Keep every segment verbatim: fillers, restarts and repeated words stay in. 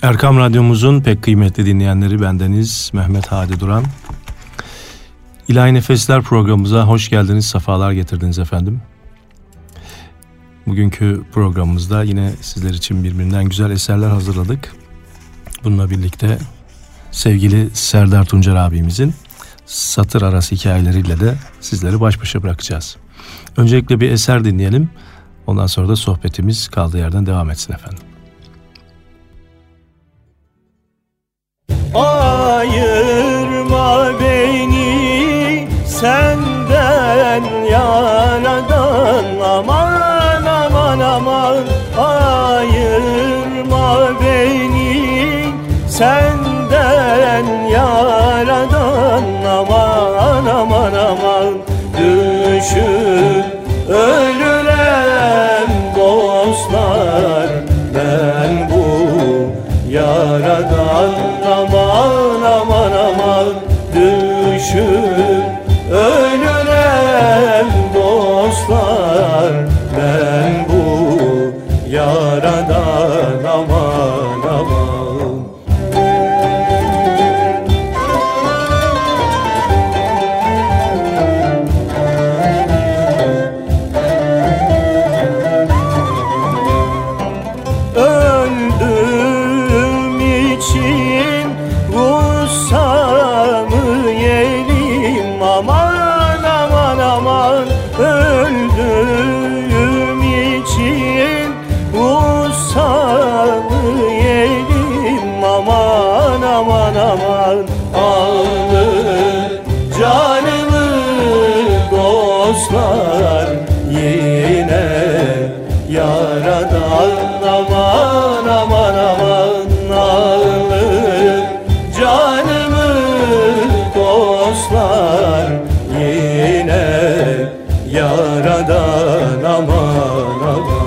Erkam Radyomuzun pek kıymetli dinleyenleri, bendeniz Mehmet Hadi Duran. İlahi Nefesler programımıza hoş geldiniz, sefalar getirdiniz efendim. Bugünkü programımızda yine sizler için birbirinden güzel eserler hazırladık. Bununla birlikte sevgili Serdar Tuncer abimizin satır arası hikayeleriyle de sizleri baş başa bırakacağız. Öncelikle bir eser dinleyelim. Ondan sonra da sohbetimiz kaldığı yerden devam etsin efendim. Ayırma beni senden yaradan, aman aman aman. Ayırma beni senden yaradan, aman aman aman. Düşüp ölürem dostlar, ben bu yaradan, aman aman aman. Düşüp ölürem dostlar, ben bu yaradan, aman aman. Öldüm için ruhsamı yerim, aman aman aman. Öldüm için ruhsamı yerim, aman aman aman. Aldı canımı dostlar, yine yaradan, aman aman aman. Aldı canımı dostlar, yine yaradan, aman aman.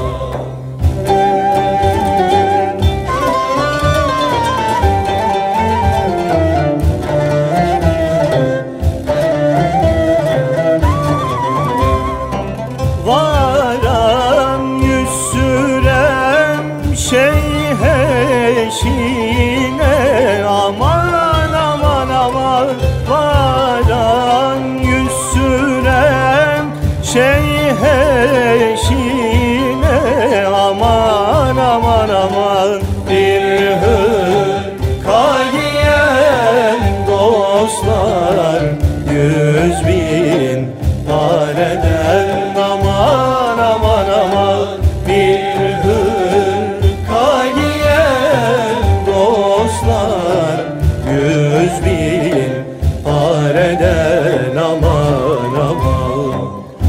Varam yüz sürem şeyhe şine, aman aman aman. Varam yüz sürem şeyhe şine, aman aman aman. Bir hırka giyen dostlar, yüz bin pareden, aman aman aman. Bir hırka giyen dostlar, yüz bin pareden, aman aman.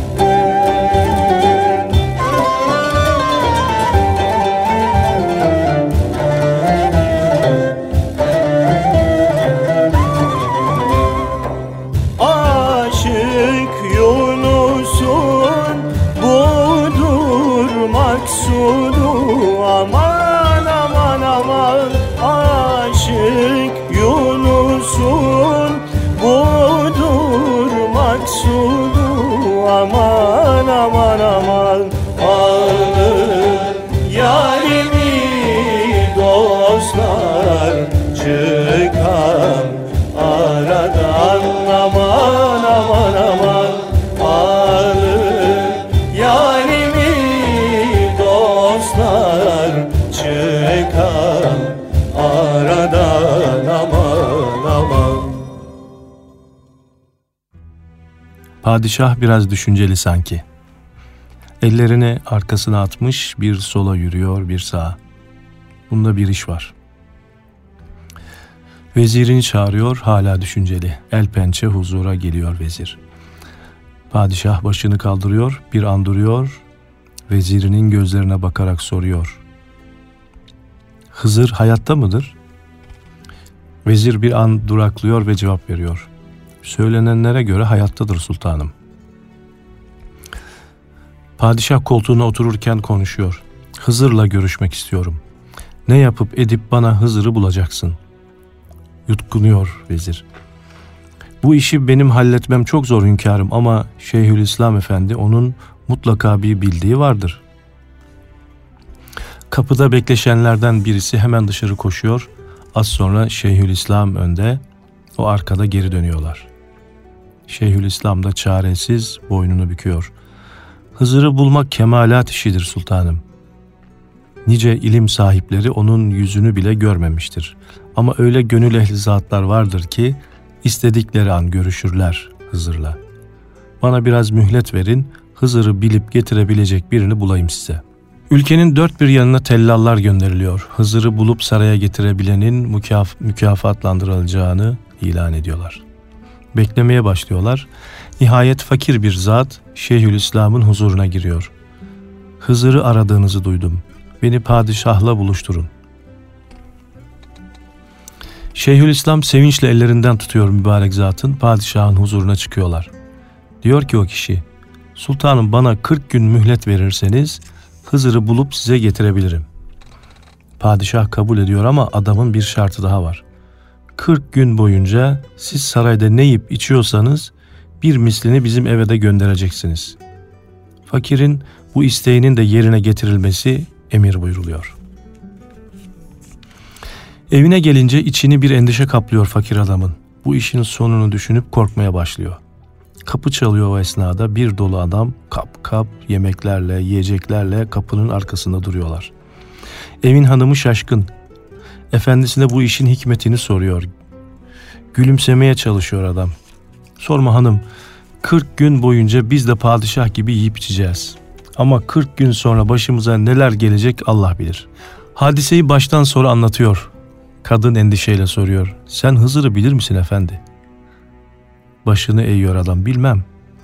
Aşık Yunus'un budur maksudu, aman aman aman. Aşık Yunus'un budur maksudu, aman aman aman. Alır yarimi dostlar, çıkan aradan, aman aman aman. Alır yarimi dostlar, çıkan aradan, aman aman. Padişah biraz düşünceli sanki. Ellerini arkasına atmış, bir sola yürüyor, bir sağa. Bunda bir iş var. Vezirini çağırıyor, hala düşünceli. El pençe huzura geliyor vezir. Padişah başını kaldırıyor, bir an duruyor. Vezirinin gözlerine bakarak soruyor: Hızır hayatta mıdır? Vezir bir an duraklıyor ve cevap veriyor: Söylenenlere göre hayattadır sultanım. Padişah koltuğuna otururken konuşuyor: Hızır'la görüşmek istiyorum. Ne yapıp edip bana Hızır'ı bulacaksın. Yutkunuyor vezir. Bu işi benim halletmem çok zor hünkârım, ama Şeyhülislam Efendi onun mutlaka bir bildiği vardır. Kapıda bekleşenlerden birisi hemen dışarı koşuyor. Az sonra Şeyhülislam önde, o arkada geri dönüyorlar. Şeyhülislam da çaresiz boynunu büküyor. Hızır'ı bulmak kemalat işidir sultanım. Nice ilim sahipleri onun yüzünü bile görmemiştir. Ama öyle gönül ehli zatlar vardır ki istedikleri an görüşürler Hızır'la. Bana biraz mühlet verin, Hızır'ı bilip getirebilecek birini bulayım size. Ülkenin dört bir yanına tellallar gönderiliyor. Hızır'ı bulup saraya getirebilenin mükaf- mükafatlandırılacağını ilan ediyorlar. Beklemeye başlıyorlar. Nihayet fakir bir zat Şeyhülislam'ın huzuruna giriyor. Hızır'ı aradığınızı duydum. Beni padişahla buluşturun. Şeyhülislam sevinçle ellerinden tutuyor mübarek zatın. Padişahın huzuruna çıkıyorlar. Diyor ki o kişi, sultanım bana kırk gün mühlet verirseniz Hızır'ı bulup size getirebilirim. Padişah kabul ediyor ama adamın bir şartı daha var. kırk gün boyunca siz sarayda ne yiyip içiyorsanız bir mislini bizim eve de göndereceksiniz. Fakirin bu isteğinin de yerine getirilmesi emir buyruluyor. Evine gelince içini bir endişe kaplıyor fakir adamın. Bu işin sonunu düşünüp korkmaya başlıyor. Kapı çalıyor o esnada, bir dolu adam kap kap yemeklerle, yiyeceklerle kapının arkasında duruyorlar. Evin hanımı şaşkın. Efendisine bu işin hikmetini soruyor. Gülümsemeye çalışıyor adam. Sorma hanım, kırk gün boyunca biz de padişah gibi yiyip içeceğiz. Ama kırk gün sonra başımıza neler gelecek Allah bilir. Hadiseyi baştan sonra anlatıyor. Kadın endişeyle soruyor. Sen Hızır'ı bilir misin efendi? Başını eğiyor adam. Bilmem.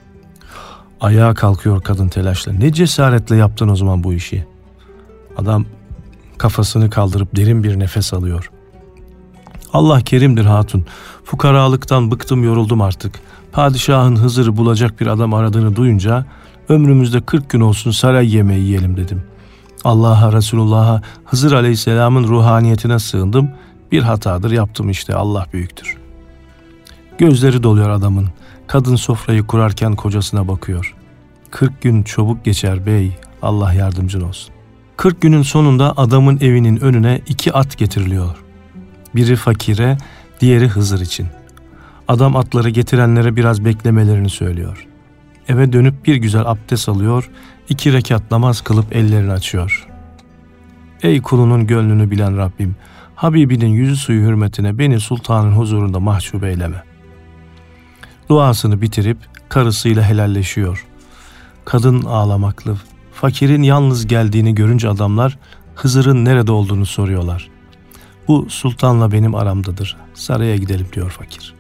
Ayağa kalkıyor kadın telaşla. Ne cesaretle yaptın o zaman bu işi? Adam kafasını kaldırıp derin bir nefes alıyor. Allah kerimdir hatun. Fukaralıktan bıktım yoruldum artık. Padişahın Hızır'ı bulacak bir adam aradığını duyunca ömrümüzde kırk gün olsun saray yemeği yiyelim dedim. Allah'a, Resulullah'a, Hızır Aleyhisselam'ın ruhaniyetine sığındım. Bir hatadır yaptım işte, Allah büyüktür. Gözleri doluyor adamın. Kadın sofrayı kurarken kocasına bakıyor. Kırk gün çabuk geçer bey, Allah yardımcın olsun. Kırk günün sonunda adamın evinin önüne iki at getiriliyor. Biri fakire, diğeri Hızır için. Adam atları getirenlere biraz beklemelerini söylüyor. Eve dönüp bir güzel abdest alıyor, iki rekat namaz kılıp ellerini açıyor. Ey kulunun gönlünü bilen Rabbim, Habibinin yüzü suyu hürmetine beni sultanın huzurunda mahcup eyleme. Duasını bitirip karısıyla helalleşiyor. Kadın ağlamaklı. Fakirin yalnız geldiğini görünce adamlar Hızır'ın nerede olduğunu soruyorlar. Bu sultanla benim aramdadır. Saraya gidelim diyor fakir.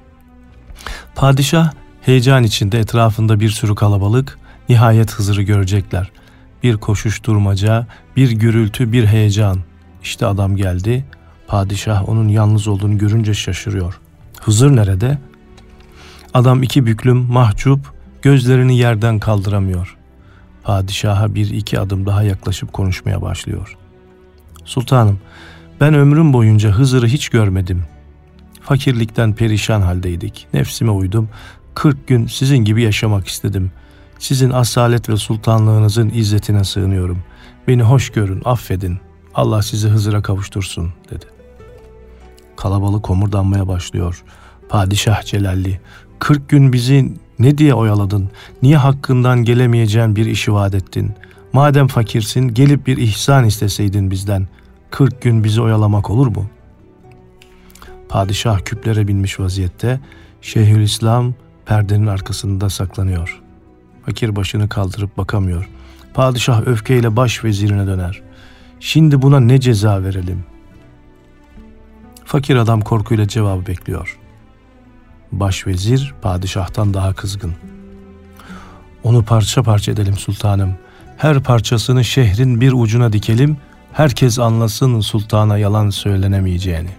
Padişah heyecan içinde, etrafında bir sürü kalabalık, nihayet Hızır'ı görecekler. Bir koşuşturmaca, bir gürültü, bir heyecan. İşte adam geldi. Padişah onun yalnız olduğunu görünce şaşırıyor. Hızır nerede? Adam iki büklüm, mahcup, gözlerini yerden kaldıramıyor. Padişaha bir iki adım daha yaklaşıp konuşmaya başlıyor. Sultanım, ben ömrüm boyunca Hızır'ı hiç görmedim. Fakirlikten perişan haldeydik. Nefsime uydum. Kırk gün sizin gibi yaşamak istedim. Sizin asalet ve sultanlığınızın izzetine sığınıyorum. Beni hoş görün, affedin. Allah sizi Hızır'a kavuştursun dedi. Kalabalık homurdanmaya başlıyor. Padişah celalli, kırk gün bizi ne diye oyaladın? Niye hakkından gelemeyeceğin bir işi vaat ettin? Madem fakirsin, gelip bir ihsan isteseydin bizden. Kırk gün bizi oyalamak olur mu? Padişah küplere binmiş vaziyette, Şeyhülislam perdenin arkasında saklanıyor. Fakir başını kaldırıp bakamıyor. Padişah öfkeyle baş vezirine döner. Şimdi buna ne ceza verelim? Fakir adam korkuyla cevabı bekliyor. Başvezir padişahtan daha kızgın. Onu parça parça edelim sultanım. Her parçasını şehrin bir ucuna dikelim. Herkes anlasın sultana yalan söylenemeyeceğini.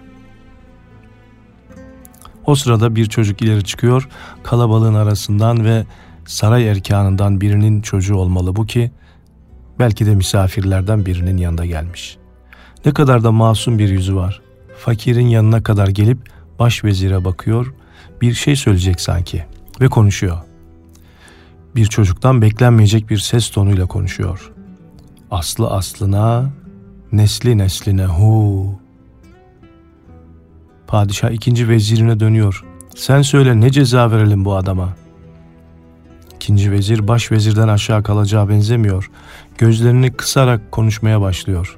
O sırada bir çocuk ileri çıkıyor. Kalabalığın arasından ve saray erkanından birinin çocuğu olmalı bu ki belki de misafirlerden birinin yanında gelmiş. Ne kadar da masum bir yüzü var. Fakirin yanına kadar gelip başvezire bakıyor. Bir şey söyleyecek sanki ve konuşuyor. Bir çocuktan beklenmeyecek bir ses tonuyla konuşuyor. Aslı aslına, nesli nesline hu. Padişah ikinci vezirine dönüyor. Sen söyle, ne ceza verelim bu adama? İkinci vezir baş vezirden aşağı kalacağı benzemiyor. Gözlerini kısarak konuşmaya başlıyor.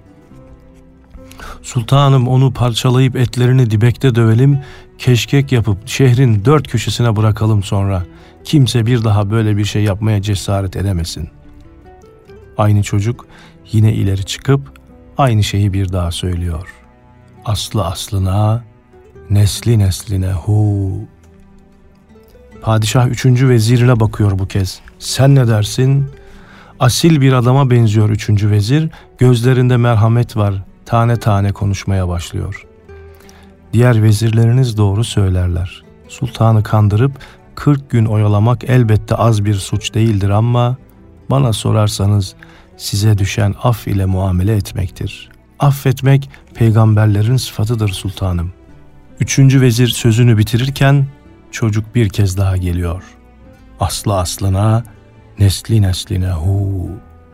Sultanım, onu parçalayıp etlerini dibekte dövelim, keşkek yapıp şehrin dört köşesine bırakalım sonra. Kimse bir daha böyle bir şey yapmaya cesaret edemesin. Aynı çocuk yine ileri çıkıp aynı şeyi bir daha söylüyor. Aslı aslına, nesli nesline hu. Padişah üçüncü vezirine bakıyor bu kez. Sen ne dersin? Asil bir adama benziyor üçüncü vezir. Gözlerinde merhamet var. Tane tane konuşmaya başlıyor. Diğer vezirleriniz doğru söylerler. Sultanı kandırıp kırk gün oyalamak elbette az bir suç değildir ama bana sorarsanız size düşen af ile muamele etmektir. Affetmek peygamberlerin sıfatıdır sultanım. Üçüncü vezir sözünü bitirirken çocuk bir kez daha geliyor. Aslı aslına, nesli nesline hu.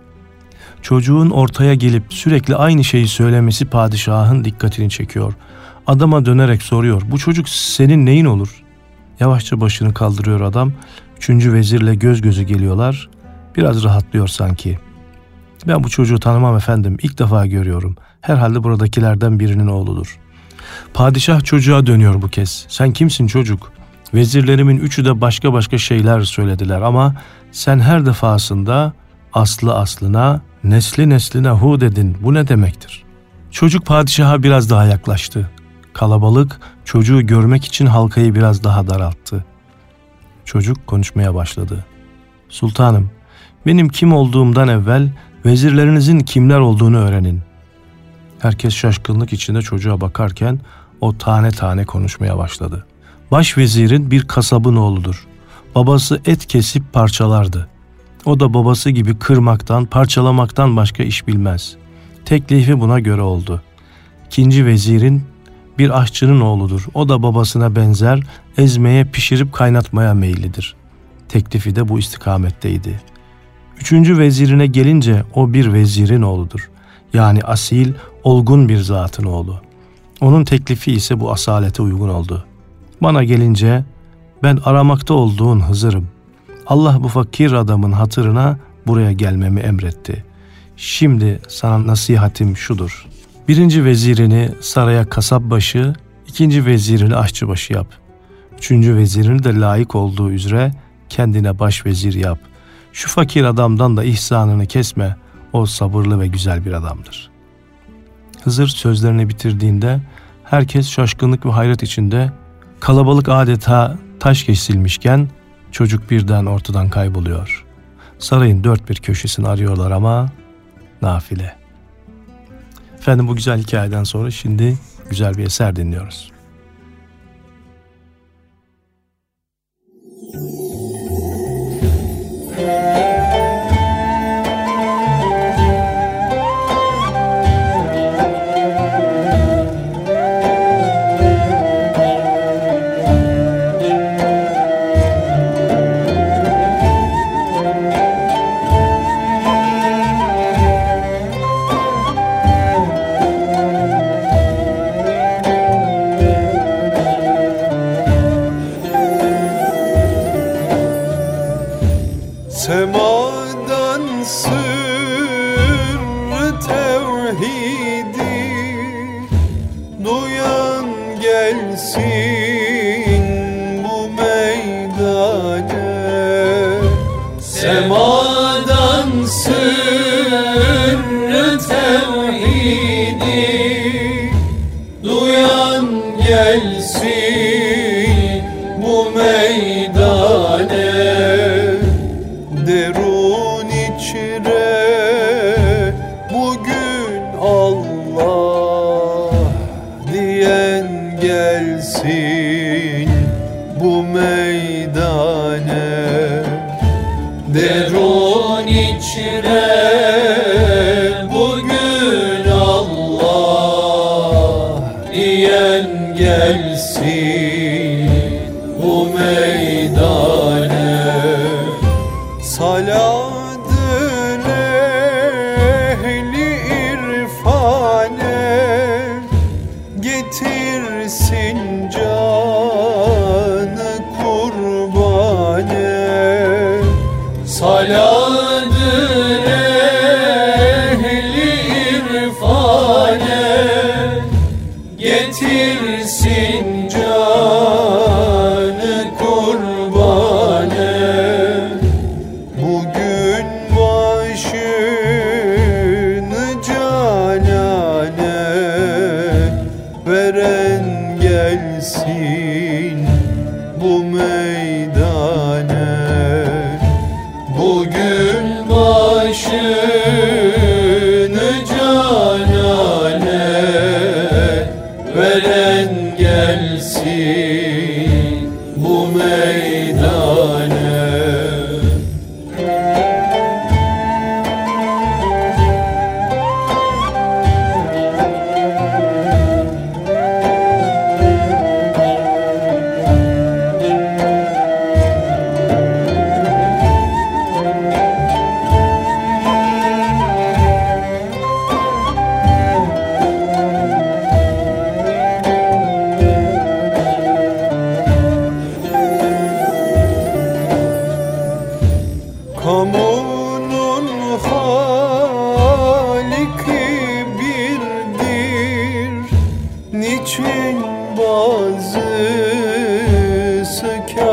Çocuğun ortaya gelip sürekli aynı şeyi söylemesi padişahın dikkatini çekiyor. Adama dönerek soruyor. Bu çocuk senin neyin olur? Yavaşça başını kaldırıyor adam. Üçüncü vezirle göz göze geliyorlar. Biraz rahatlıyor sanki. Ben bu çocuğu tanımam efendim. İlk defa görüyorum. Herhalde buradakilerden birinin oğludur. Padişah çocuğa dönüyor bu kez. Sen kimsin çocuk? Vezirlerimin üçü de başka başka şeyler söylediler ama sen her defasında aslı aslına, nesli nesline hu dedin. Bu ne demektir? Çocuk padişaha biraz daha yaklaştı. Kalabalık çocuğu görmek için halkayı biraz daha daralttı. Çocuk konuşmaya başladı. Sultanım, benim kim olduğumdan evvel vezirlerinizin kimler olduğunu öğrenin. Herkes şaşkınlık içinde çocuğa bakarken o tane tane konuşmaya başladı. Başvezirin bir kasabın oğludur. Babası et kesip parçalardı. O da babası gibi kırmaktan, parçalamaktan başka iş bilmez. Teklifi buna göre oldu. İkinci vezirin bir aşçının oğludur. O da babasına benzer, ezmeye, pişirip kaynatmaya meyillidir. Teklifi de bu istikametteydi. Üçüncü vezirine gelince o bir vezirin oğludur. Yani asil, olgun bir zatın oğlu. Onun teklifi ise bu asalete uygun oldu. Bana gelince ben aramakta olduğun Hızır'ım. Allah bu fakir adamın hatırına buraya gelmemi emretti. Şimdi sana nasihatim şudur. Birinci vezirini saraya kasapbaşı, ikinci vezirini aşçıbaşı yap. Üçüncü vezirini de layık olduğu üzere kendine başvezir yap. Şu fakir adamdan da ihsanını kesme. O sabırlı ve güzel bir adamdır. Hızır sözlerini bitirdiğinde herkes şaşkınlık ve hayret içinde, kalabalık adeta taş kesilmişken çocuk birden ortadan kayboluyor. Sarayın dört bir köşesini arıyorlar ama nafile. Efendim, bu güzel hikayeden sonra şimdi güzel bir eser dinliyoruz. Semadan sırrı tevhidi duyan gelsin bu meydane. Semadan sırrı tevhidi duyan gelsin bu meydane. Derun içre bugün Allah diyen gelsin bu meydane. Derun içre bugün Allah diyen gelsin bu meydane. Saladır ehli irfan getirsin canı kurbane. Saladır ehli irfane, getirsin canı kurbane. Bugün başını canane veren gelsin bu meydane. Bugün başını canane veren gelsin bu meydane. Kamunun haliki birdir, niçin bazısı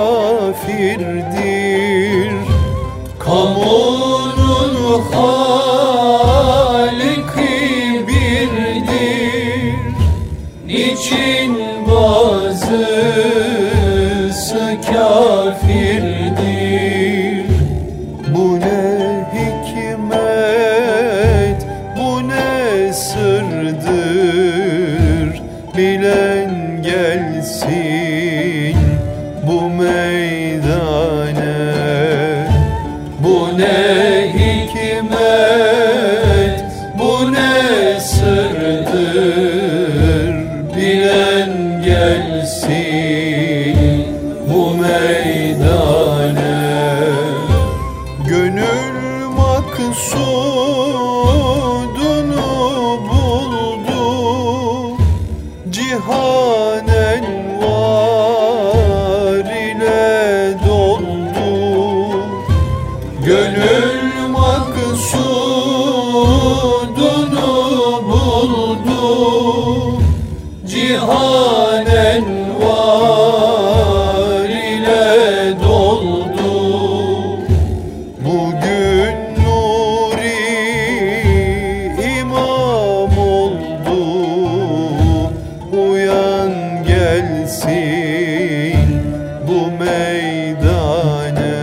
kafirdir? Kamunun haliki birdir, niçin bazısı kafirdir? Bu ne hikmet, bu ne sırdır, bilen gelsin bu meydane. Bu ne hikmet, bu ne sırdır, bilen gelsin bu meydane. Gönül maksudunu buldu, cihan envar ile doldu. Gönül maksudunu buldu, cihan envar ile doldu. Bugün nuri imam oldu, uyan gelsin bu meydane.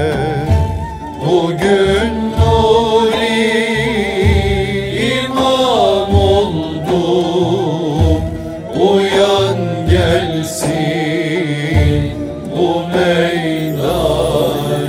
Bugün nuri imam oldu, uyan gelsin bu meydane.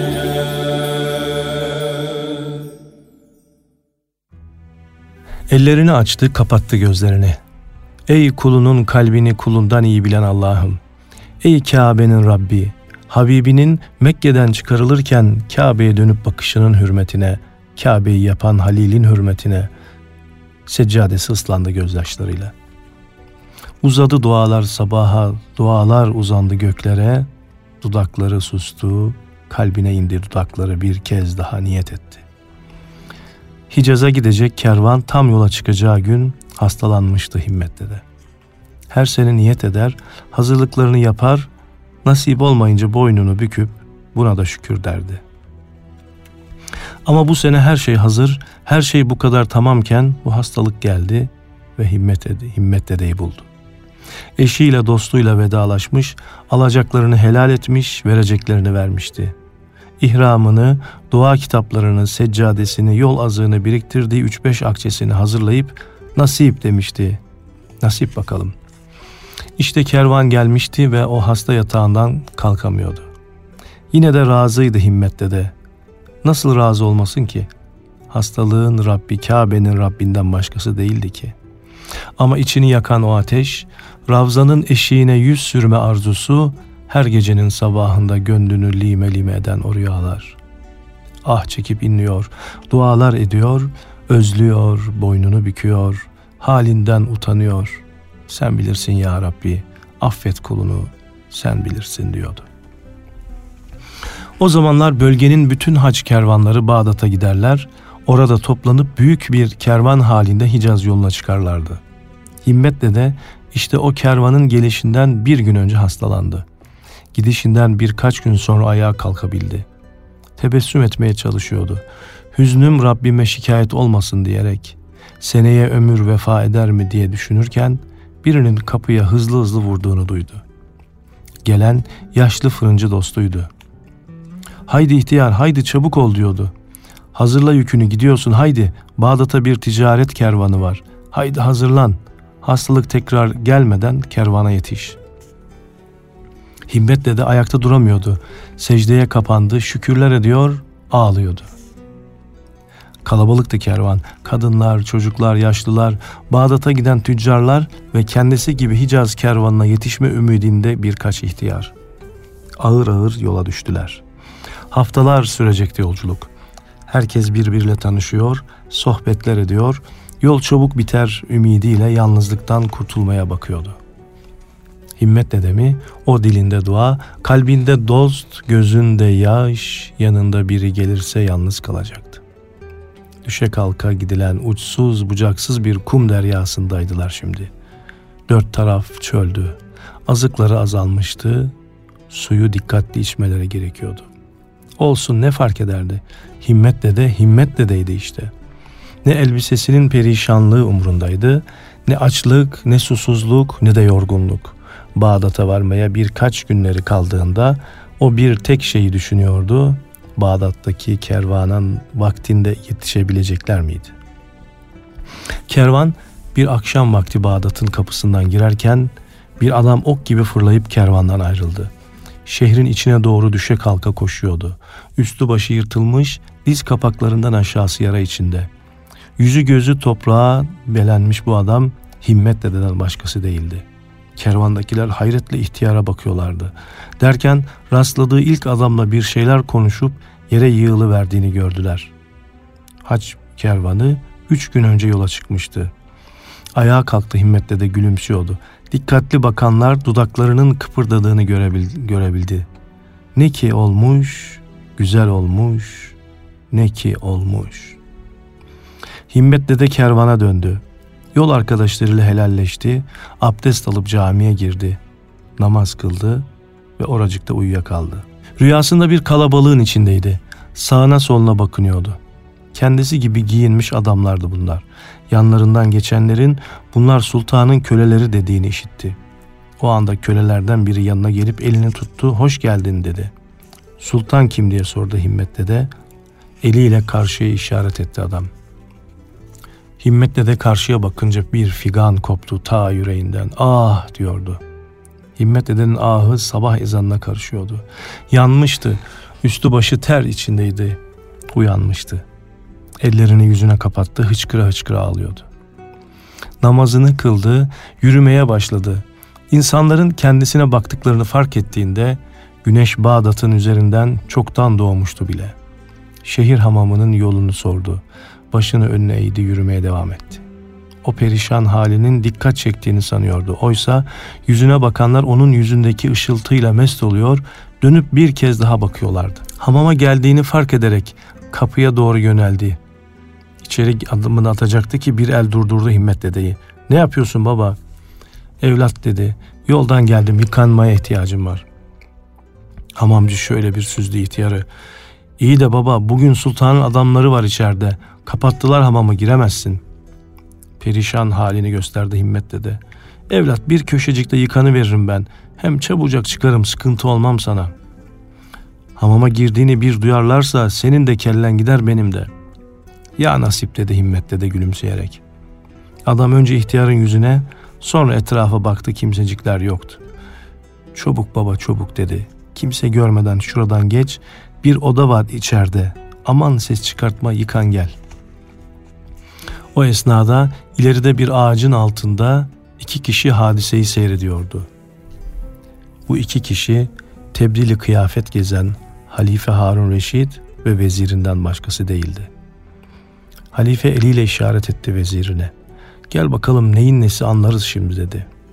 Ellerini açtı, kapattı gözlerini. Ey kulunun kalbini kulundan iyi bilen Allah'ım. Ey Kabe'nin Rabbi, Habibinin Mekke'den çıkarılırken Kabe'ye dönüp bakışının hürmetine, Kabe'yi yapan Halil'in hürmetine, seccadesi ıslandı gözyaşlarıyla. Uzadı dualar sabaha, dualar uzandı göklere, dudakları sustu, kalbine indi dudakları, bir kez daha niyet etti. Hicaz'a gidecek kervan tam yola çıkacağı gün hastalanmıştı Himmet Dede. Her sene niyet eder, hazırlıklarını yapar, nasip olmayınca boynunu büküp buna da şükür derdi. Ama bu sene her şey hazır, her şey bu kadar tamamken bu hastalık geldi ve Himmet Dede, Himmet Dede'yi buldu. Eşiyle dostuyla vedalaşmış, alacaklarını helal etmiş, vereceklerini vermişti. İhramını, dua kitaplarını, seccadesini, yol azığını biriktirdiği üç beş akçesini hazırlayıp nasip demişti. Nasip bakalım. İşte kervan gelmişti ve o hasta yatağından kalkamıyordu. Yine de razıydı Himmet Dede. Nasıl razı olmasın ki? Hastalığın Rabbi, Kabe'nin Rabbinden başkası değildi ki. Ama içini yakan o ateş, Ravza'nın eşiğine yüz sürme arzusu, her gecenin sabahında gönlünü lime lime eden o rüyalar. Ah çekip inliyor, dualar ediyor, özlüyor, boynunu büküyor, halinden utanıyor. sen bilirsin ya Rabbi, affet kulunu, sen bilirsin diyordu. O zamanlar bölgenin bütün hac kervanları Bağdat'a giderler, orada toplanıp büyük bir kervan halinde Hicaz yoluna çıkarlardı. Himmet Dede işte o kervanın gelişinden bir gün önce hastalandı. Gidişinden birkaç gün sonra ayağa kalkabildi. Tebessüm etmeye çalışıyordu. Hüznüm Rabbime şikayet olmasın diyerek, seneye ömür vefa eder mi diye düşünürken birinin kapıya hızlı hızlı vurduğunu duydu. Gelen yaşlı fırıncı dostuydu. Haydi ihtiyar, haydi çabuk ol diyordu. Hazırla yükünü, gidiyorsun, haydi, Bağdat'a bir ticaret kervanı var. Haydi hazırlan, hastalık tekrar gelmeden kervana yetiş. Himmet Dede ayakta duramıyordu. Secdeye kapandı, şükürler ediyor, ağlıyordu. Kalabalıktı kervan. Kadınlar, çocuklar, yaşlılar, Bağdat'a giden tüccarlar ve kendisi gibi Hicaz kervanına yetişme ümidinde birkaç ihtiyar. Ağır ağır yola düştüler. Haftalar sürecekti yolculuk. Herkes birbiriyle tanışıyor, sohbetler ediyor, yol çabuk biter ümidiyle yalnızlıktan kurtulmaya bakıyordu. Himmet Dedemi o dilinde dua, kalbinde dost, gözünde yaş, yanında biri gelirse yalnız kalacaktı. Düşe kalka gidilen uçsuz bucaksız bir kum deryasındaydılar şimdi. Dört taraf çöldü. Azıkları azalmıştı. Suyu dikkatli içmeleri gerekiyordu. Olsun, ne fark ederdi? Himmet Dede, Himmet Dede'ydi işte. Ne elbisesinin perişanlığı umrundaydı, ne açlık, ne susuzluk, ne de yorgunluk. Bağdat'a varmaya birkaç günleri kaldığında o bir tek şeyi düşünüyordu: Bağdat'taki kervanın vaktinde yetişebilecekler miydi? Kervan bir akşam vakti Bağdat'ın kapısından girerken bir adam ok gibi fırlayıp kervandan ayrıldı. Şehrin içine doğru düşe kalka koşuyordu. Üstü başı yırtılmış, diz kapaklarından aşağısı yara içinde. Yüzü gözü toprağa belenmiş bu adam Himmet Dede'den başkası değildi. Kervandakiler hayretle ihtiyara bakıyorlardı. Derken rastladığı ilk adamla bir şeyler konuşup yere yığılıverdiğini gördüler. Hac kervanı üç gün önce yola çıkmıştı. Ayağa kalktı, Himmet Dede gülümsüyordu. Dikkatli bakanlar dudaklarının kıpırdadığını görebildi. görebildi. Ne ki olmuş, güzel olmuş, ne ki olmuş. Himmet Dede kervana döndü. Yol arkadaşlarıyla helalleşti, abdest alıp camiye girdi. Namaz kıldı ve oracıkta uyuyakaldı. Rüyasında bir kalabalığın içindeydi. Sağına soluna bakınıyordu. Kendisi gibi giyinmiş adamlardı bunlar. Yanlarından geçenlerin bunlar sultanın köleleri dediğini işitti. O anda kölelerden biri yanına gelip elini tuttu, hoş geldin dedi. Sultan kim diye sordu Himmet Dede. Eliyle karşıya işaret etti adam. Himmet Dede karşıya bakınca bir figan koptu ta yüreğinden. Ah diyordu. Himmet Dede'nin ahı sabah ezanına karışıyordu. Yanmıştı, üstü başı ter içindeydi. Uyanmıştı. Ellerini yüzüne kapattı, hıçkıra hıçkıra ağlıyordu. Namazını kıldı, yürümeye başladı. İnsanların kendisine baktıklarını fark ettiğinde güneş Bağdat'ın üzerinden çoktan doğmuştu bile. Şehir hamamının yolunu sordu. Başını önüne eğdi, yürümeye devam etti. O perişan halinin dikkat çektiğini sanıyordu. Oysa yüzüne bakanlar onun yüzündeki ışıltıyla mest oluyor, dönüp bir kez daha bakıyorlardı. Hamama geldiğini fark ederek kapıya doğru yöneldi. İçeri adımını atacaktı ki bir el durdurdu Himmet Dede'yi. Ne yapıyorsun baba? Evlat dedi, yoldan geldim, yıkanmaya ihtiyacım var. Hamamcı şöyle bir süzdü ihtiyarı. İyi de baba, bugün sultanın adamları var içeride. Kapattılar hamamı, giremezsin. Perişan halini gösterdi Himmet Dede. Evlat, bir köşecikte yıkanıveririm ben. Hem çabucak çıkarım, sıkıntı olmam sana. Hamama girdiğini bir duyarlarsa senin de kellen gider, benim de. Ya nasip dedi Himmet Dede gülümseyerek. Adam önce ihtiyarın yüzüne, sonra etrafa baktı, kimsecikler yoktu. Çabuk baba çabuk dedi. Kimse görmeden şuradan geç, bir oda var içeride. Aman ses çıkartma, yıkan gel. O esnada ileride bir ağacın altında iki kişi hadiseyi seyrediyordu. Bu iki kişi tebrili kıyafet gezen Halife Harun Reşid ve vezirinden başkası değildi. Halife eliyle işaret etti vezirine. Gel bakalım neyin nesi anlarız şimdi dedi.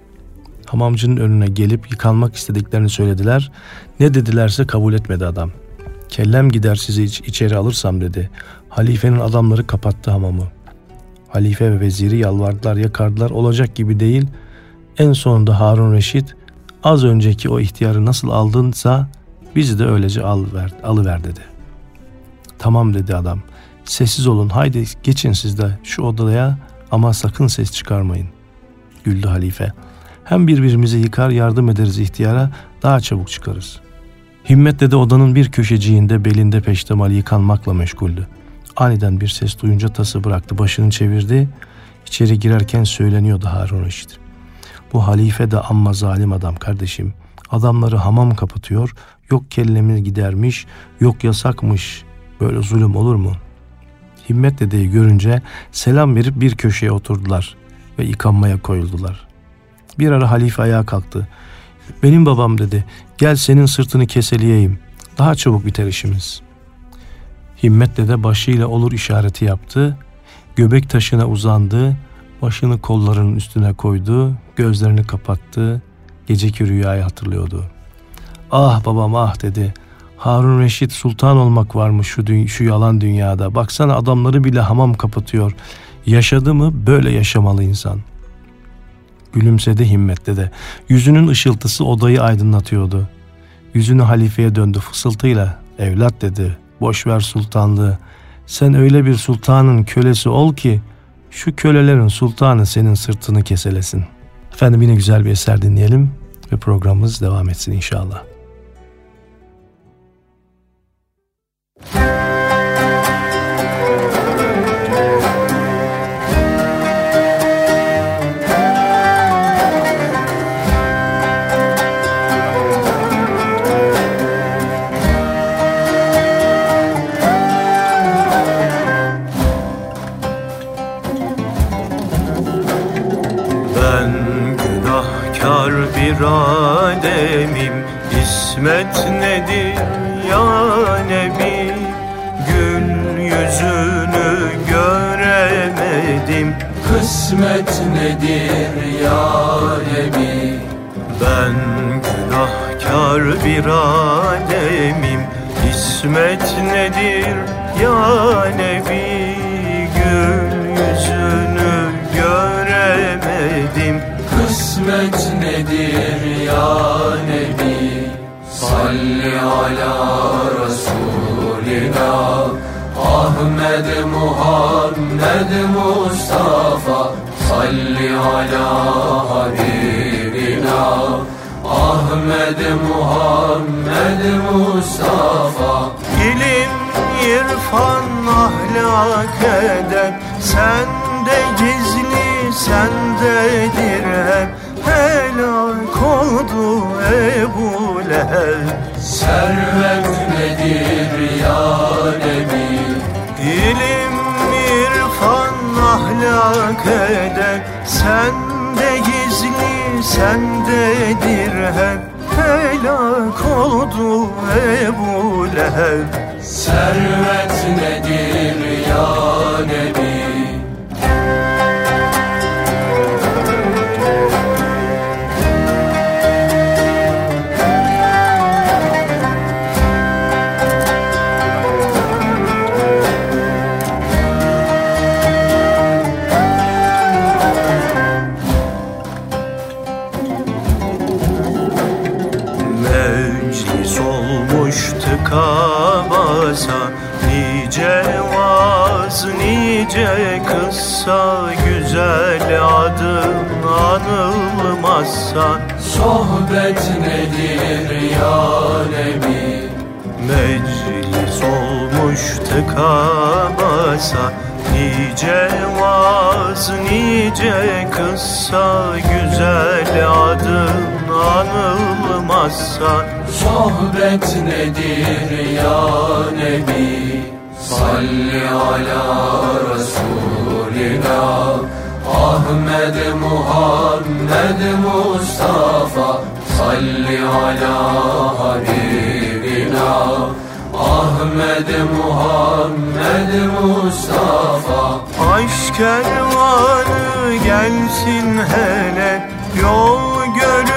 Hamamcının önüne gelip yıkanmak istediklerini söylediler. Ne dedilerse kabul etmedi adam. Kellem gider sizi iç- içeri alırsam dedi. Halifenin adamları kapattı hamamı. Halife ve veziri yalvardılar, yakardılar, olacak gibi değil. En sonunda Harun Reşit, az önceki o ihtiyarı nasıl aldınsa bizi de öylece alıver, alıver dedi. Tamam dedi adam. Sessiz olun, haydi geçin siz de şu odaya ama sakın ses çıkarmayın. Güldü halife. Hem birbirimizi yıkar yardım ederiz ihtiyara, daha çabuk çıkarız. Himmet dede odanın bir köşeciğinde belinde peştemal yıkanmakla meşguldü. Aniden bir ses duyunca tası bıraktı, başını çevirdi. İçeri girerken söyleniyordu Harun Reşit. Bu halife de amma zalim adam kardeşim. Adamları hamam kapatıyor, yok kellemi gidermiş, yok yasakmış. Böyle zulüm olur mu? Himmet dedeyi görünce selam verip bir köşeye oturdular ve yıkanmaya koyuldular. Bir ara halife ayağa kalktı. Benim babam dedi, gel senin sırtını keseleyeyim. Daha çabuk biter işimiz. Himmet dede başıyla olur işareti yaptı. Göbek taşına uzandı. Başını kollarının üstüne koydu. Gözlerini kapattı. Geceki rüyayı hatırlıyordu. Ah babam ah dedi. Harun Reşit sultan olmak varmış şu, dü- şu yalan dünyada. Baksana adamları bile hamam kapatıyor. Yaşadı mı böyle yaşamalı insan. Gülümsedi Himmet dede. Yüzünün ışıltısı odayı aydınlatıyordu. Yüzünü halifeye döndü fısıltıyla. Evlat dedi, boş ver sultanlığı. Sen öyle bir sultanın kölesi ol ki şu kölelerin sultanı senin sırtını keselesin. Efendim yine güzel bir eser dinleyelim ve programımız devam etsin inşallah. Bir alemim İsmet nedir ya Nebi? Gül yüzünü göremedim. Kısmet nedir ya Nebi? Ben günahkar bir alemim İsmet nedir ya Nebi? Gül yüzünü göremedim. Kısmet nedir ya Nebi? Salli ala Resulina Ahmed Muhammed Mustafa. Salli ala Habibina Ahmed Muhammed Mustafa. İlim, irfan, ahlak, edep sende gizli, sendedir hep. Helak oldu Ebu Leheb. Servet nedir ya Nebi? İlim, irfan, ahlak, edep sende gizli, sendedir hep. Helak oldu Ebu Leheb. Servet nedir ya Nebi? Tıka basa nice vaaz, nice kıssa, güzel adın anılmazsa. Sohbet nedir ya Nebi? Meclis olmuş tıka basa nice vaaz, nice kıssa, güzel adın anılmazsa. Sohbet nedir ya Nebi? Salli ala Resulina Ahmed Muhammed Mustafa. Salli ala Habibina Ahmed Muhammed Mustafa. Aşk kervanı gelsin hele, yol görür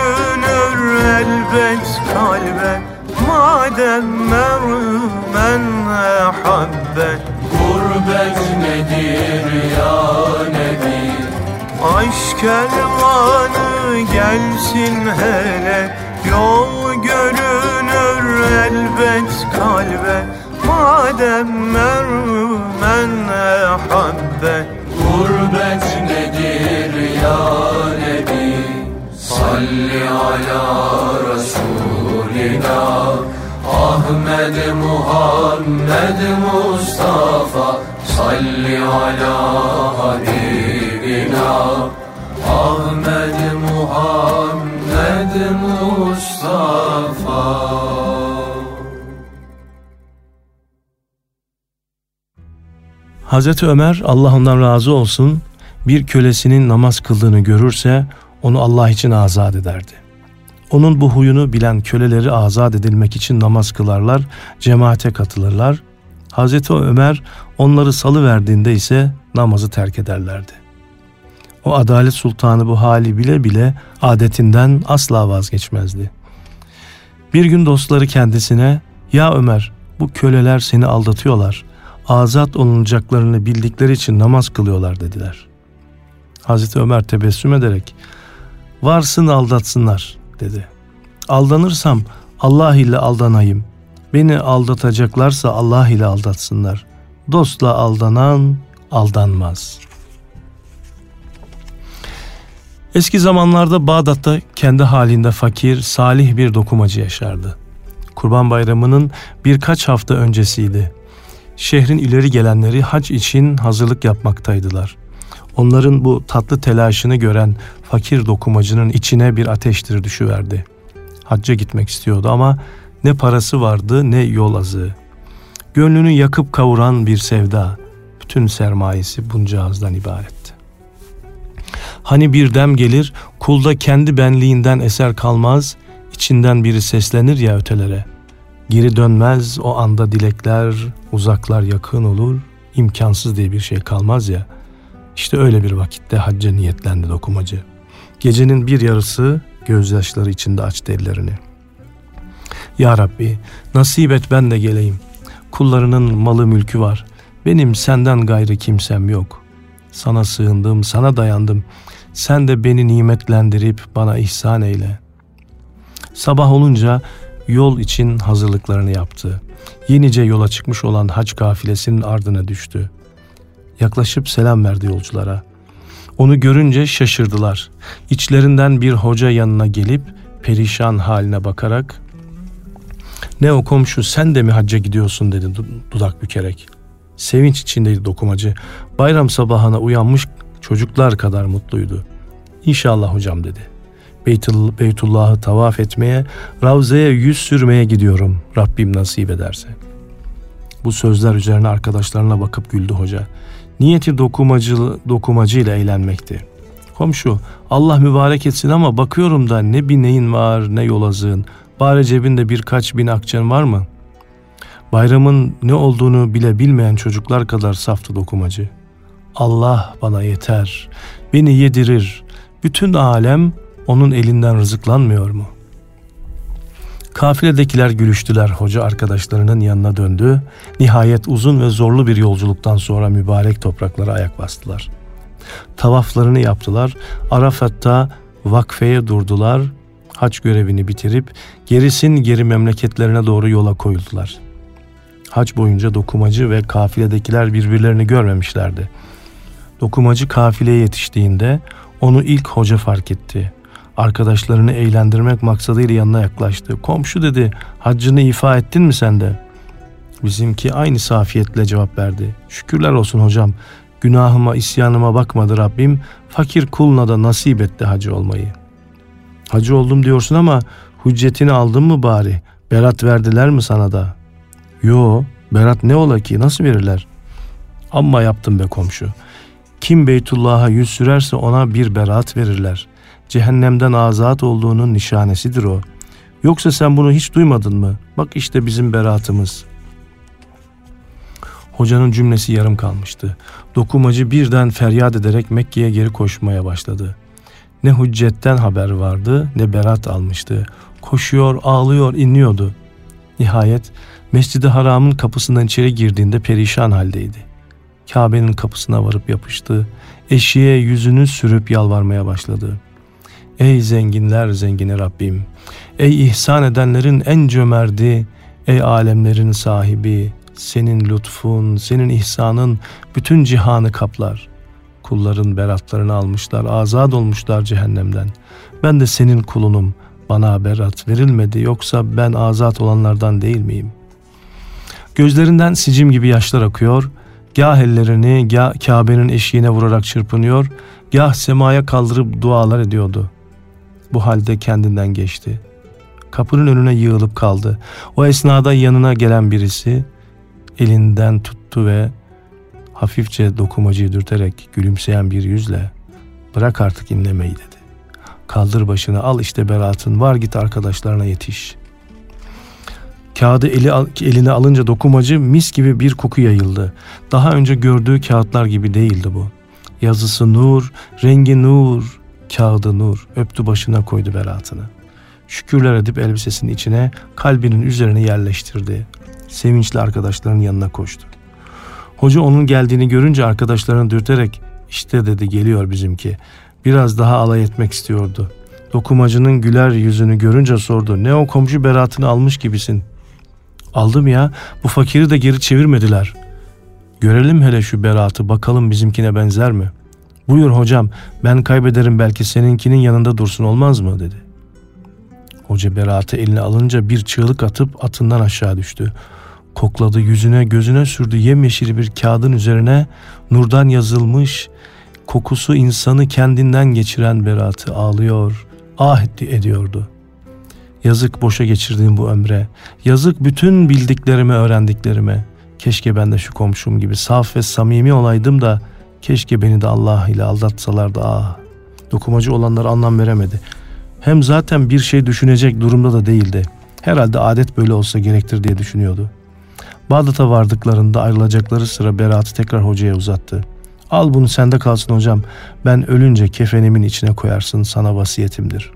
madem mermen ehabbe. Gurbet nedir ya Nebi? Aşk kervanı gelsin hele, yol görünür elbet kalbe. Madem mermen ehabbe. Gurbet nedir ya Nebi? Salli ala Resulina Ahmed Muhammed Mustafa. Salli ala Habibina Ahmed Muhammed Mustafa. Hazreti Ömer, Allah ondan razı olsun, bir kölesinin namaz kıldığını görürse onu Allah için azat ederdi. Onun bu huyunu bilen köleleri azat edilmek için namaz kılarlar, cemaate katılırlar. Hazreti Ömer onları salıverdiğinde ise namazı terk ederlerdi. O adalet sultanı bu hali bile bile adetinden asla vazgeçmezdi. Bir gün dostları kendisine, "Ya Ömer, bu köleler seni aldatıyorlar. Azat olunacaklarını bildikleri için namaz kılıyorlar" dediler. Hazreti Ömer tebessüm ederek, "Varsın aldatsınlar" dedi. "Aldanırsam Allah ile aldanayım. Beni aldatacaklarsa Allah ile aldatsınlar. Dostla aldanan aldanmaz." Eski zamanlarda Bağdat'ta kendi halinde fakir, salih bir dokumacı yaşardı. Kurban Bayramı'nın birkaç hafta öncesiydi. Şehrin ileri gelenleri hac için hazırlık yapmaktaydılar. Onların bu tatlı telaşını gören fakir dokumacının içine bir ateştir düşüverdi. Hacca gitmek istiyordu ama ne parası vardı ne yol azığı. Gönlünü yakıp kavuran bir sevda, bütün sermayesi buncağızdan ibaretti. Hani bir dem gelir, kulda kendi benliğinden eser kalmaz, içinden biri seslenir ya ötelere. Geri dönmez o anda dilekler, uzaklar yakın olur, imkansız diye bir şey kalmaz ya. İşte öyle bir vakitte hacca niyetlendi dokumacı. Gecenin bir yarısı gözyaşları içinde açtı ellerini. "Ya Rabbi, nasip et ben de geleyim. Kullarının malı mülkü var. Benim senden gayrı kimsem yok. Sana sığındım, sana dayandım. Sen de beni nimetlendirip bana ihsan eyle." Sabah olunca yol için hazırlıklarını yaptı. Yenice yola çıkmış olan hac kafilesinin ardına düştü. Yaklaşıp selam verdi yolculara. Onu görünce şaşırdılar. İçlerinden bir hoca yanına gelip perişan haline bakarak, "Ne o komşu, sen de mi hacca gidiyorsun?" dedi dudak bükerek. Sevinç içindeydi dokumacı. Bayram sabahına uyanmış çocuklar kadar mutluydu. "İnşallah hocam" dedi. Beytullah, Beytullah'ı tavaf etmeye, Ravza'ya yüz sürmeye gidiyorum, Rabbim nasip ederse. Bu sözler üzerine arkadaşlarına bakıp güldü hoca. Niyeti dokumacı, dokumacıyla eğlenmekti. "Komşu, Allah mübarek etsin ama bakıyorum da ne bir neyin var ne yol azığın. Bari cebinde birkaç bin akçen var mı?" Bayramın ne olduğunu bile bilmeyen çocuklar kadar saftı dokumacı. "Allah bana yeter, beni yedirir. Bütün alem onun elinden rızıklanmıyor mu?" Kafiledekiler gülüştüler. Hoca arkadaşlarının yanına döndü. Nihayet uzun ve zorlu bir yolculuktan sonra mübarek topraklara ayak bastılar. Tavaflarını yaptılar. Arafat'ta vakfeye durdular. Hac görevini bitirip gerisin geri memleketlerine doğru yola koyuldular. Hac boyunca dokumacı ve kafiledekiler birbirlerini görmemişlerdi. Dokumacı kafileye yetiştiğinde onu ilk hoca fark etti. Arkadaşlarını eğlendirmek maksadıyla yanına yaklaştı. "Komşu" dedi, "haccını ifa ettin mi sen de?" Bizimki aynı safiyetle cevap verdi. "Şükürler olsun hocam, günahıma isyanıma bakmadı Rabbim, fakir kuluna da nasip etti hacı olmayı." "Hacı oldum diyorsun ama hüccetini aldın mı bari? Berat verdiler mi sana da?" "Yo, berat ne ola ki, nasıl verirler?" "Amma yaptım be komşu. Kim Beytullah'a yüz sürerse ona bir berat verirler. Cehennemden azat olduğunun nişanesidir o. Yoksa sen bunu hiç duymadın mı? Bak işte bizim beratımız." Hocanın cümlesi yarım kalmıştı. Dokumacı birden feryat ederek Mekke'ye geri koşmaya başladı. Ne hüccetten haber vardı ne berat almıştı. Koşuyor, ağlıyor, inliyordu. Nihayet Mescid-i Haram'ın kapısından içeri girdiğinde perişan haldeydi. Kabe'nin kapısına varıp yapıştı. Eşiğe yüzünü sürüp yalvarmaya başladı. Ey zenginler zengini Rabbim! Ey ihsan edenlerin en cömerti! Ey alemlerin sahibi! Senin lütfun, senin ihsanın bütün cihanı kaplar. Kulların beratlarını almışlar, azat olmuşlar cehennemden. Ben de senin kulunum. Bana berat verilmedi, yoksa ben azat olanlardan değil miyim? Gözlerinden sicim gibi yaşlar akıyor. Gâh ellerini gâh Kabe'nin eşiğine vurarak çırpınıyor, gâh semaya kaldırıp dualar ediyordu. Bu halde kendinden geçti. Kapının önüne yığılıp kaldı. O esnada yanına gelen birisi elinden tuttu ve hafifçe dokumacıyı dürterek gülümseyen bir yüzle "Bırak artık inlemeyi" dedi. "Kaldır başını, al işte beratın, var git arkadaşlarına yetiş." Kağıdı eli, eline alınca dokumacı mis gibi bir koku yayıldı. Daha önce gördüğü kağıtlar gibi değildi bu. Yazısı nur, rengi nur, kağıdı nur. Öptü başına, koydu beratını. Şükürler edip elbisesinin içine, kalbinin üzerine yerleştirdi. Sevinçli arkadaşlarının yanına koştu. Hoca onun geldiğini görünce arkadaşlarını dürterek "İşte" dedi, "geliyor bizimki." Biraz daha alay etmek istiyordu. Dokumacının güler yüzünü görünce sordu. "Ne o komşu beratını almış gibisin?" "Aldım ya, bu fakiri de geri çevirmediler." "Görelim hele şu beratı, bakalım bizimkine benzer mi?" "Buyur hocam, ben kaybederim, belki seninkinin yanında dursun, olmaz mı?" dedi. Hoca beratı eline alınca bir çığlık atıp atından aşağı düştü. Kokladı, yüzüne gözüne sürdü, yemyeşil bir kağıdın üzerine nurdan yazılmış, kokusu insanı kendinden geçiren beratı ağlıyor, ah ediyordu. "Yazık boşa geçirdiğim bu ömre, yazık bütün bildiklerime, öğrendiklerime. Keşke ben de şu komşum gibi saf ve samimi olaydım da, keşke beni de Allah ile aldatsalardı ah." Dokumacı olanlara anlam veremedi. Hem zaten bir şey düşünecek durumda da değildi. Herhalde adet böyle olsa gerektir diye düşünüyordu. Bağdat'a vardıklarında ayrılacakları sıra beratı tekrar hocaya uzattı. "Al bunu, sende kalsın hocam. Ben ölünce kefenimin içine koyarsın, sana vasiyetimdir."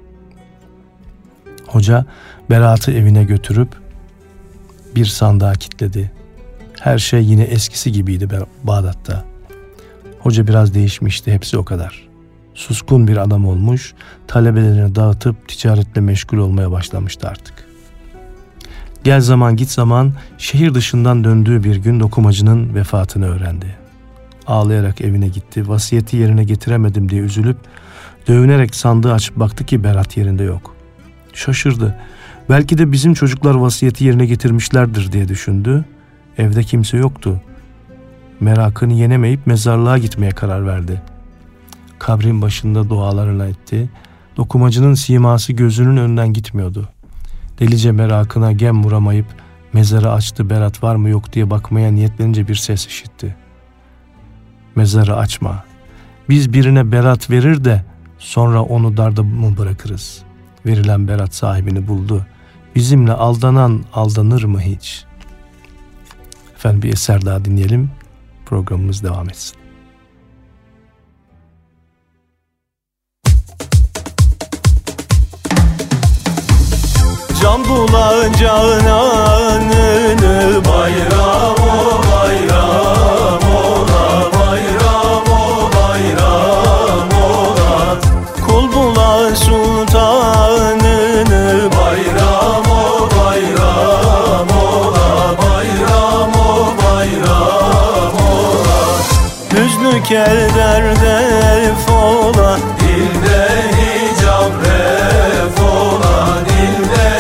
Hoca beratı evine götürüp bir sandığa kilitledi. Her şey yine eskisi gibiydi Bağdat'ta. Hoca biraz değişmişti, hepsi o kadar. Suskun bir adam olmuş, talebelerini dağıtıp ticaretle meşgul olmaya başlamıştı artık. Gel zaman git zaman şehir dışından döndüğü bir gün dokumacının vefatını öğrendi. Ağlayarak evine gitti. Vasiyeti yerine getiremedim diye üzülüp dövünerek sandığı açıp baktı ki berat yerinde yok. Şaşırdı. Belki de bizim çocuklar vasiyeti yerine getirmişlerdir diye düşündü. Evde kimse yoktu. Merakını yenemeyip mezarlığa gitmeye karar verdi. Kabrin başında dualarını etti. Dokumacının siması gözünün önünden gitmiyordu. Delice merakına gem vuramayıp mezarı açtı, berat var mı yok diye bakmaya niyetlenince bir ses işitti. "Mezarı açma. Biz birine berat verir de sonra onu darda mı bırakırız? Verilen berat sahibini buldu. Bizimle aldanan aldanır mı hiç?" Efendim, bir eser daha dinleyelim. Programımız devam etsin. Can bulacağınını bayram o bayram ola, bayram o bayram ola. Kul bula sultanını bayram o bayram ola, bayram o bayram ola. Hüznü keder def ola, dilde hicab ref ola, dilde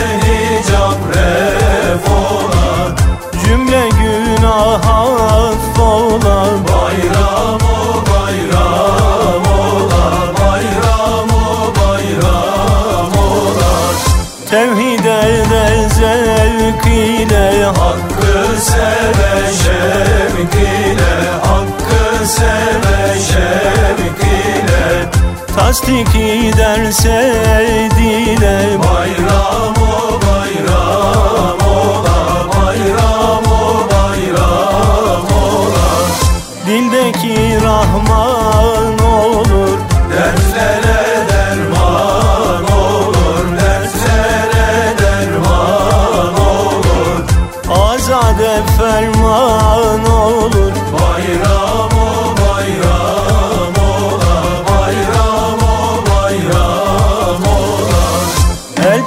cümle günah affola. Bayram o bayram ola, bayram o bayram ola. Tevhid ede zevk ile, hakkı seve şevk ile, hakkı seve şevk ile. Tasdik ederse dile, bayram o bayram ola, bayram o bayram ola. Dildeki Rahman olur, dertlere derman olur, dertlere derman olur.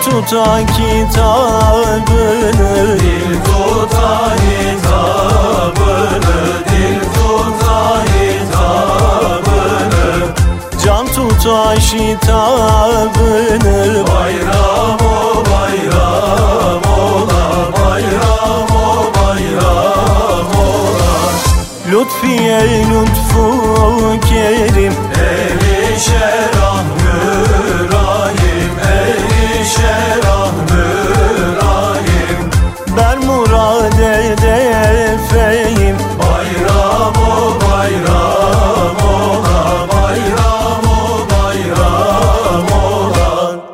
tuta kitabını, dil tuta hitabını, dil tuta hitabını, can tuta şitabını. bayram o bayram ola, bayram o bayram ola. Lütfiye lütfu kerim, Erişe rahmürahim, erişe rahmürahim, ber murad edefeyim. bayram o bayram ola, bayram o bayram ola.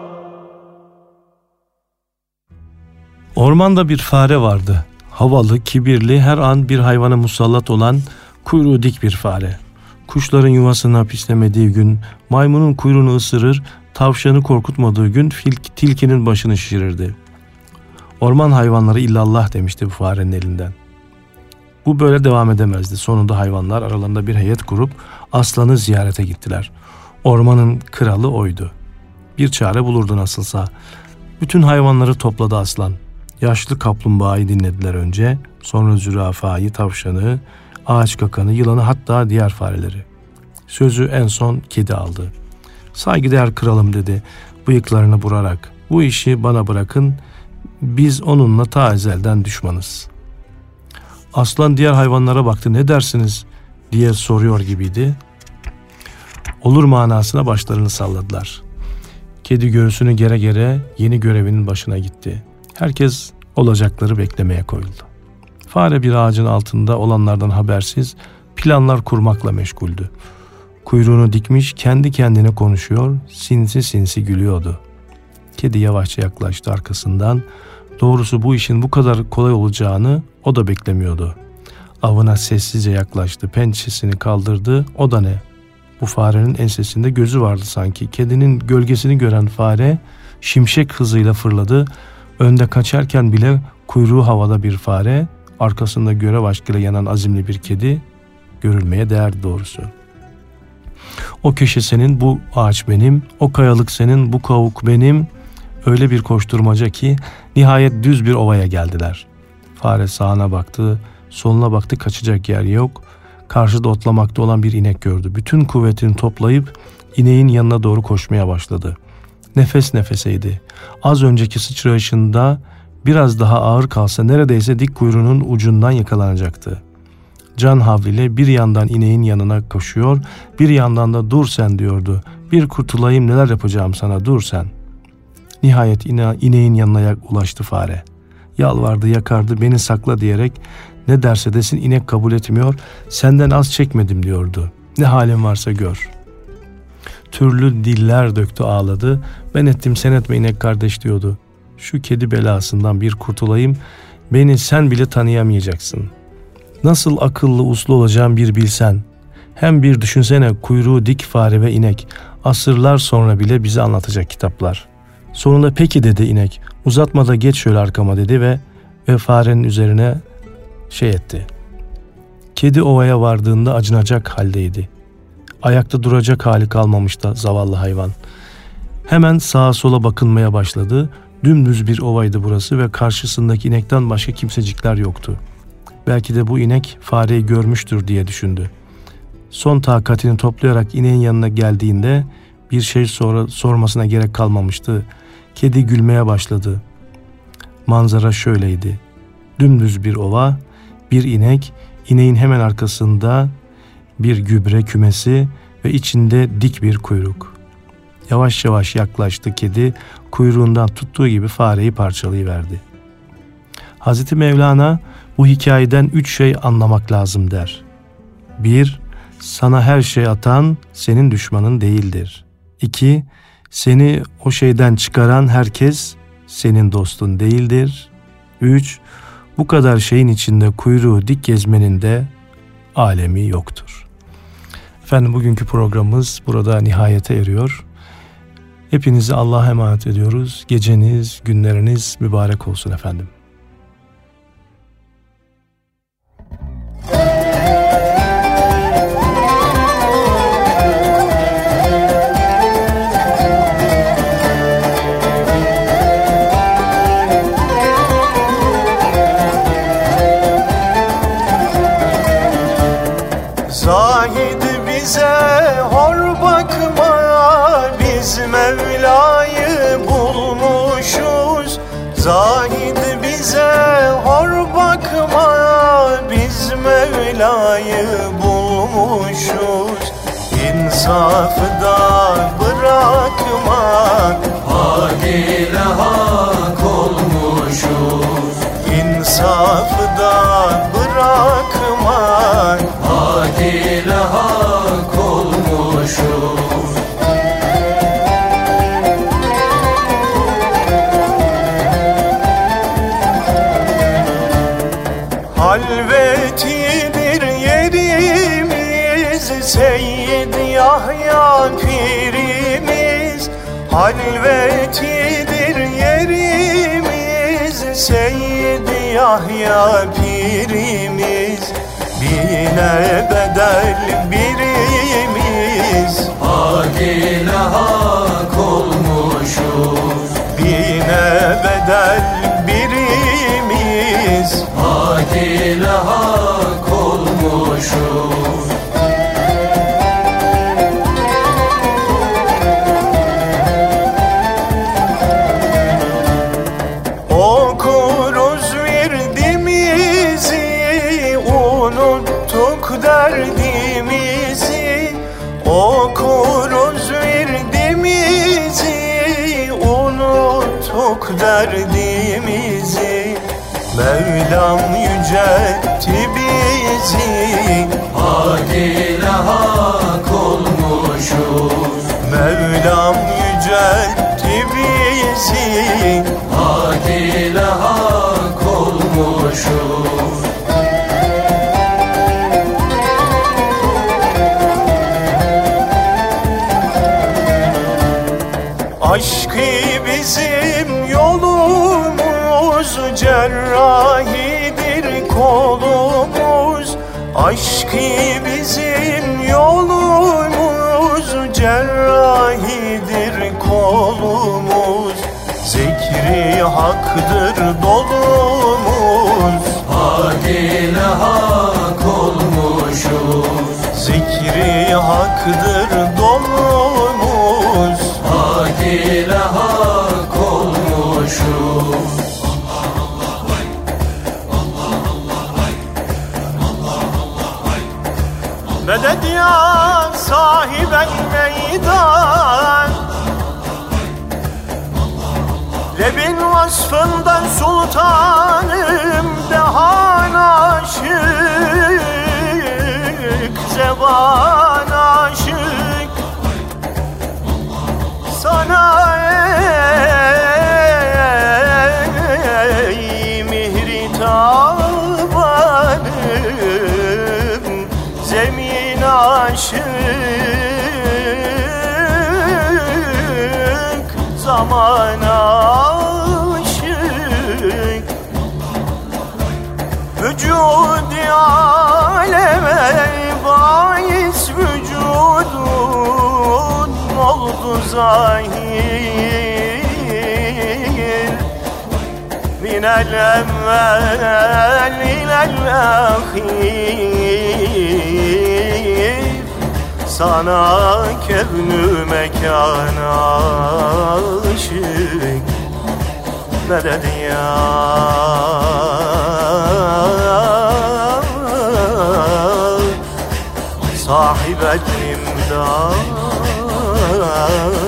Ormanda bir fare vardı. Havalı, kibirli, her an bir hayvana musallat olan kuyruğu dik bir fare. Kuşların yuvasını hapislemediği gün, maymunun kuyruğunu ısırır, tavşanı korkutmadığı gün fil, tilkinin başını şişirirdi. Orman hayvanları illallah demişti bu farenin elinden. Bu böyle devam edemezdi. Sonunda hayvanlar aralarında bir heyet kurup aslanı ziyarete gittiler. Ormanın kralı oydu. Bir çare bulurdu nasılsa. Bütün hayvanları topladı aslan. Yaşlı kaplumbağayı dinlediler önce, sonra zürafayı, tavşanı, ağaç kakanı, yılanı, hatta diğer fareleri. Sözü en son kedi aldı. Saygıdeğer kralım dedi, bıyıklarını burarak. Bu işi bana bırakın, biz onunla ta ezelden düşmanız. Aslan diğer hayvanlara baktı, ne dersiniz diye soruyor gibiydi. Olur manasına başlarını salladılar. Kedi göğsünü gere gere yeni görevinin başına gitti. Herkes olacakları beklemeye koyuldu. Fare bir ağacın altında olanlardan habersiz planlar kurmakla meşguldü. Kuyruğunu dikmiş kendi kendine konuşuyor, sinsi sinsi gülüyordu. Kedi yavaşça yaklaştı arkasından. Doğrusu bu işin bu kadar kolay olacağını o da beklemiyordu. Avına sessizce yaklaştı, pençesini kaldırdı. O da ne? Bu farenin ensesinde gözü vardı sanki. Kedinin gölgesini gören fare şimşek hızıyla fırladı. Önde kaçarken bile kuyruğu havada bir fare, arkasında görev aşkıyla yanan azimli bir kedi görülmeye değerdi doğrusu. O köşe senin, bu ağaç benim, o kayalık senin, bu kavuk benim. Öyle bir koşturmaca ki nihayet düz bir ovaya geldiler. Fare sağına baktı, soluna baktı, kaçacak yer yok. Karşıda otlamakta olan bir inek gördü. Bütün kuvvetini toplayıp ineğin yanına doğru koşmaya başladı. Nefes nefeseydi. Az önceki sıçrayışında biraz daha ağır kalsa neredeyse dik kuyruğunun ucundan yakalanacaktı. Can havliyle bir yandan ineğin yanına koşuyor, bir yandan da dur sen diyordu. Bir kurtulayım, neler yapacağım sana, dur sen. Nihayet ine, ineğin yanına ulaştı fare. Yalvardı, yakardı, beni sakla diyerek ne derse desin inek kabul etmiyor, senden az çekmedim diyordu. Ne halin varsa gör. Türlü diller döktü, ağladı. Ben ettim sen etme inek kardeş diyordu. Şu kedi belasından bir kurtulayım, beni sen bile tanıyamayacaksın. Nasıl akıllı uslu olacağım bir bilsen. Hem bir düşünsene, kuyruğu dik fare ve inek. Asırlar sonra bile bize anlatacak kitaplar. Sonunda peki dedi inek. Uzatma da geç şöyle arkama dedi ve, ve farenin üzerine şey etti. Kedi ovaya vardığında acınacak haldeydi. Ayakta duracak hali kalmamıştı zavallı hayvan. Hemen sağa sola bakınmaya başladı. Dümdüz bir ovaydı burası ve karşısındaki inekten başka kimsecikler yoktu. Belki de bu inek fareyi görmüştür diye düşündü. Son takatini toplayarak ineğin yanına geldiğinde bir şey sonra sormasına gerek kalmamıştı. Kedi gülmeye başladı. Manzara şöyleydi. Dümdüz bir ova, bir inek, ineğin hemen arkasında bir gübre kümesi ve içinde dik bir kuyruk. Yavaş yavaş yaklaştı kedi, kuyruğundan tuttuğu gibi fareyi parçalayıverdi. Hazreti Mevlana bu hikayeden üç şey anlamak lazım der. Bir, sana her şey atan senin düşmanın değildir. İki, seni o şeyden çıkaran herkes senin dostun değildir. Üç, bu kadar şeyin içinde kuyruğu dik gezmenin de alemi yoktur. Efendim bugünkü programımız burada nihayete eriyor. Hepinizi Allah'a emanet ediyoruz. Geceniz, günleriniz mübarek olsun efendim. insafı da bırakmak, Hak ile hak olmuşuz, insafı da bırakmak, hak ile hak olmuşuz. halvetidir yerimiz, Seyyid Yahya pirimiz. Halvetidir yerimiz, Seyyid Yahya pirimiz. Bine bedel birimiz, Hak ile hak olmuşuz, bine bedel birimiz. hak ile hak olmuşuz. Okuruz virdimizi, unuttuk derdimizi. Okuruz virdimizi, unuttuk derdimizi. Mevlam yüceltti bizi, Hak ile hak olmuşuz, Mevlam yüceltti bizi. hak ile hak olmuşuz. Aşkı bizim yolumuz, cerrahidir kolumuz. Aşkı bizim yolumuz, cerrahidir kolumuz. Zikri haktır dolumuz, Hak ile hak olmuşuz, zikri haktır dolumuz. hak ile hak olmuşuz. Medet ya sahiben meydan, Lebin vasfından sultanım, dehan aşık, zeban aşık. Sana ey mihri tabanım, zemin aşık, zaman aşık. Vücud-i aleme bahis vücudun oldu zahir. Minel evvel ilel ahir, sana kevnü mekan aşık. Medet ya sahibet imdad.